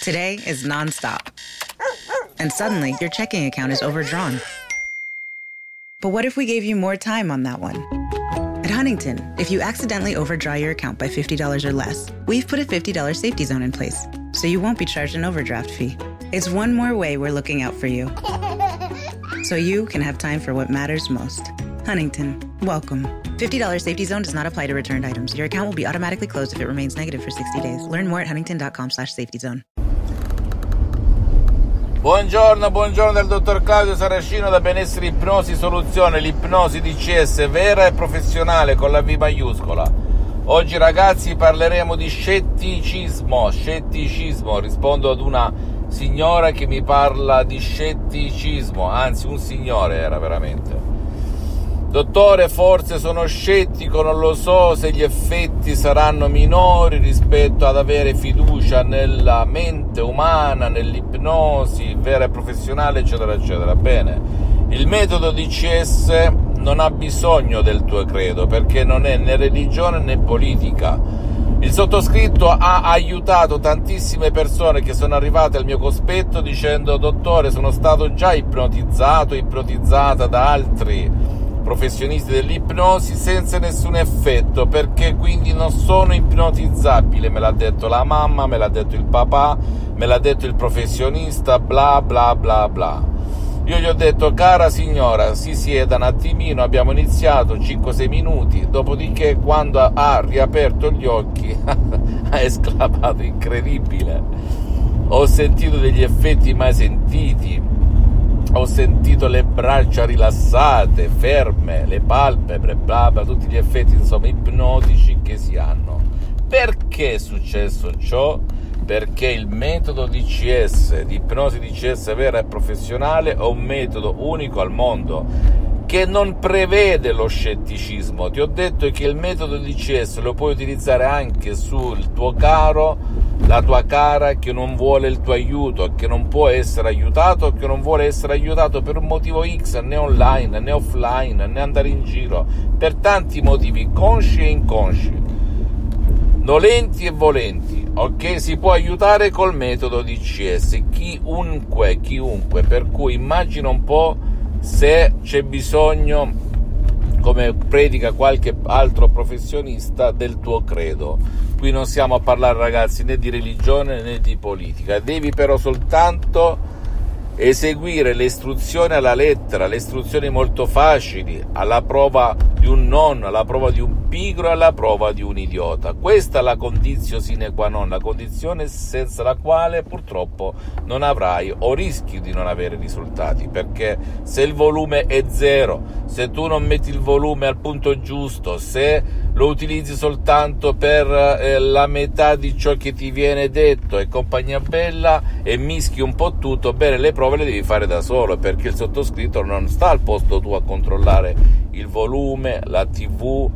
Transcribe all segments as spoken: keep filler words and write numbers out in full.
Today is nonstop. And suddenly, your checking account is overdrawn. But what if we gave you more time on that one? At Huntington, if you accidentally overdraw your account by fifty dollars or less, we've put a fifty dollars safety zone in place, so you won't be charged an overdraft fee. It's one more way we're looking out for you, so you can have time for what matters most. Huntington, welcome. fifty dollars safety zone does not apply to returned items. Your account will be automatically closed if it remains negative for sixty days. Learn more at huntington.com slash safety zone. Buongiorno, buongiorno dal dottor Claudio Saracino da Benessere Ipnosi Soluzione, l'ipnosi D C S vera e professionale con la V maiuscola. Oggi ragazzi parleremo di scetticismo, scetticismo, rispondo ad una signora che mi parla di scetticismo, anzi un signore era veramente. Dottore, forse sono scettico, non lo so se gli effetti saranno minori rispetto ad avere fiducia nella mente umana, nell'ipnosi vera e professionale, eccetera, eccetera. Bene, il metodo D C S non ha bisogno del tuo credo, perché non è né religione né politica. Il sottoscritto ha aiutato tantissime persone che sono arrivate al mio cospetto dicendo: dottore, sono stato già ipnotizzato, ipnotizzata da altri professionisti dell'ipnosi senza nessun effetto, perché quindi non sono ipnotizzabile. Me l'ha detto la mamma, me l'ha detto il papà, me l'ha detto il professionista, bla bla bla bla. Io gli ho detto: cara signora, si sieda un attimino, abbiamo iniziato cinque sei minuti, dopodiché quando ha riaperto gli occhi ha esclamato: incredibile, ho sentito degli effetti mai sentiti. Ho sentito le braccia rilassate, ferme, le palpebre, bla bla, tutti gli effetti insomma ipnotici che si hanno. Perché è successo ciò? Perché il metodo D C S, di ipnosi D C S vera e professionale, è un metodo unico al mondo che non prevede lo scetticismo. Ti ho detto che il metodo D C S lo puoi utilizzare anche sul tuo caro, la tua cara che non vuole il tuo aiuto, che non può essere aiutato, che non vuole essere aiutato per un motivo X, né online, né offline, né andare in giro, per tanti motivi, consci e inconsci, dolenti e volenti, ok? Si può aiutare col metodo D C S, chiunque, chiunque, per cui immagina un po' se c'è bisogno, come predica qualche altro professionista, del tuo credo. Qui non stiamo a parlare ragazzi né di religione né di politica, devi però soltanto eseguire le istruzioni alla lettera, le istruzioni molto facili, alla prova di un nonno, alla prova di un pigro, alla prova di un idiota. Questa è la condizio sine qua non, la condizione senza la quale purtroppo non avrai o rischi di non avere risultati, perché se il volume è zero, se tu non metti il volume al punto giusto, se lo utilizzi soltanto per eh, la metà di ciò che ti viene detto e compagnia bella e mischi un po' tutto, bene, le prove le devi fare da solo, perché il sottoscritto non sta al posto tuo a controllare il volume, la tivù,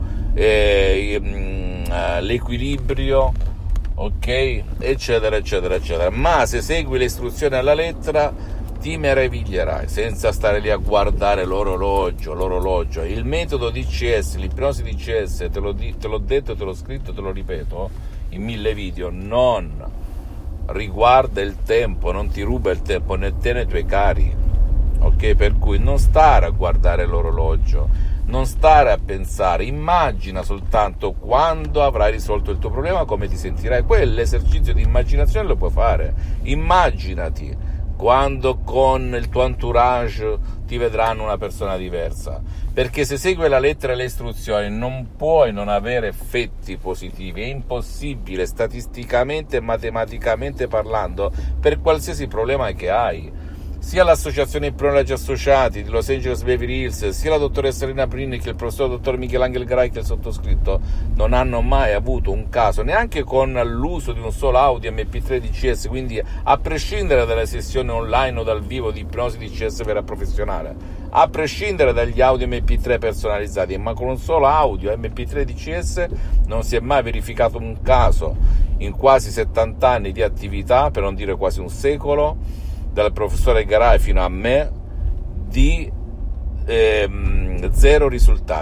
eh, l'equilibrio, ok, eccetera eccetera eccetera. Ma se segui le istruzioni alla lettera ti meraviglierai, senza stare lì a guardare l'orologio, l'orologio. Il metodo D C S, l'ipnosi D C S, te l'ho, di, te l'ho detto, te l'ho scritto, te lo ripeto in mille video, non riguarda il tempo, non ti ruba il tempo né te né i tuoi cari, ok? Per cui non stare a guardare l'orologio, non stare a pensare, immagina soltanto quando avrai risolto il tuo problema come ti sentirai. Quell'esercizio di immaginazione lo puoi fare, immaginati quando con il tuo entourage ti vedranno una persona diversa, perché se segui la lettera e le istruzioni non puoi non avere effetti positivi, è impossibile statisticamente e matematicamente parlando per qualsiasi problema che hai. Sia l'associazione Ipnologi Associati di Los Angeles Beverly Hills, sia la dottoressa Rina Prini che il professor dottor Michelangelo Garai che il sottoscritto non hanno mai avuto un caso, neanche con l'uso di un solo audio M P tre D C S, quindi a prescindere dalle sessioni online o dal vivo di ipnosi D C S vera professionale, a prescindere dagli audio M P tre personalizzati, ma con un solo audio M P tre D C S non si è mai verificato un caso in quasi settanta anni di attività, per non dire quasi un secolo, dal professore Garai fino a me, di ehm, zero risultati.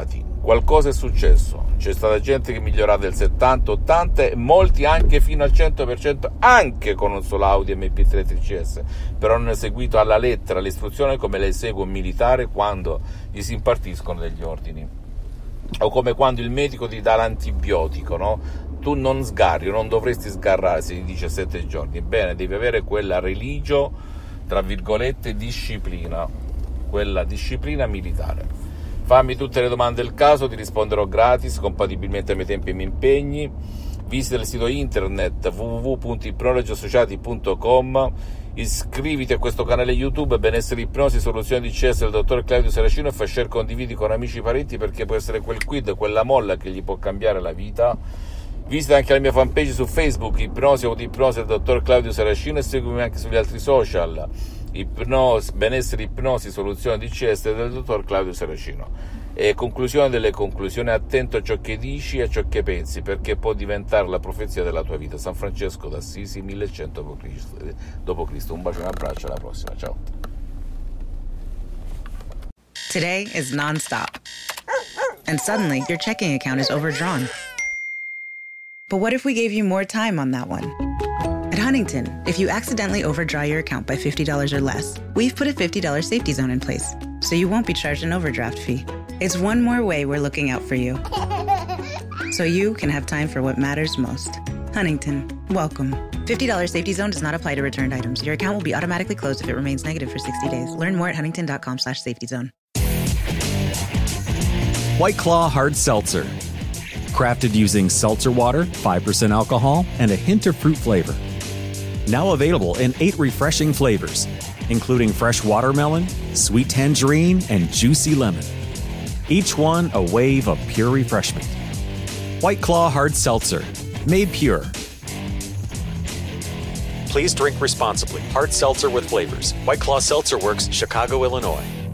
qualcosa è successo. C'è stata gente che è migliorata del settanta ottanta e molti anche fino al cento per cento, anche con un solo Audi M P tre T C S, però hanno eseguito alla lettera l'istruzione come le esegue un militare quando gli si impartiscono degli ordini, o come quando il medico ti dà l'antibiotico, no? Tu non sgarri, non dovresti sgarrare se ti dice sette giorni. Ebbene, devi avere quella religio, tra virgolette, disciplina, quella disciplina militare. Fammi tutte le domande del caso, ti risponderò gratis, compatibilmente ai miei tempi e ai miei impegni. Visita il sito internet w w w punto ipnologi associati punto com, iscriviti a questo canale YouTube Benessere Ipnosi Soluzioni D C S del dottor Claudio Saracino e fai share, condividi con amici e parenti, perché può essere quel quid, quella molla che gli può cambiare la vita. Visita anche la mia fanpage su Facebook, Ipnosi o Ipnosi del dottor Claudio Saracino, e seguimi anche sugli altri social, Ipnosi, Benessere Ipnosi Soluzioni D C S del dottor Claudio Saracino. E conclusione delle conclusioni: attento a ciò che dici e a ciò che pensi, perché può diventare la profezia della tua vita. San Francesco d'Assisi, millecento dopo Cristo. Un bacio e un abbraccio, alla prossima, ciao. Today is non-stop. And suddenly your checking account is overdrawn. But what if we gave you more time on that one? At Huntington, if you accidentally overdraw your account by fifty dollars or less, we've put a fifty dollars safety zone in place, so you won't be charged an overdraft fee. It's one more way we're looking out for you, so you can have time for what matters most. Huntington, welcome. fifty dollars safety zone does not apply to returned items. Your account will be automatically closed if it remains negative for sixty days. Learn more at huntington.com slash safety zone. White Claw Hard Seltzer. Crafted using seltzer water, five percent alcohol, and a hint of fruit flavor. Now available in eight refreshing flavors, including fresh watermelon, sweet tangerine, and juicy lemon. Each one a wave of pure refreshment. White Claw Hard Seltzer, made pure. Please drink responsibly. Hard seltzer with flavors. White Claw Seltzer Works, Chicago, Illinois.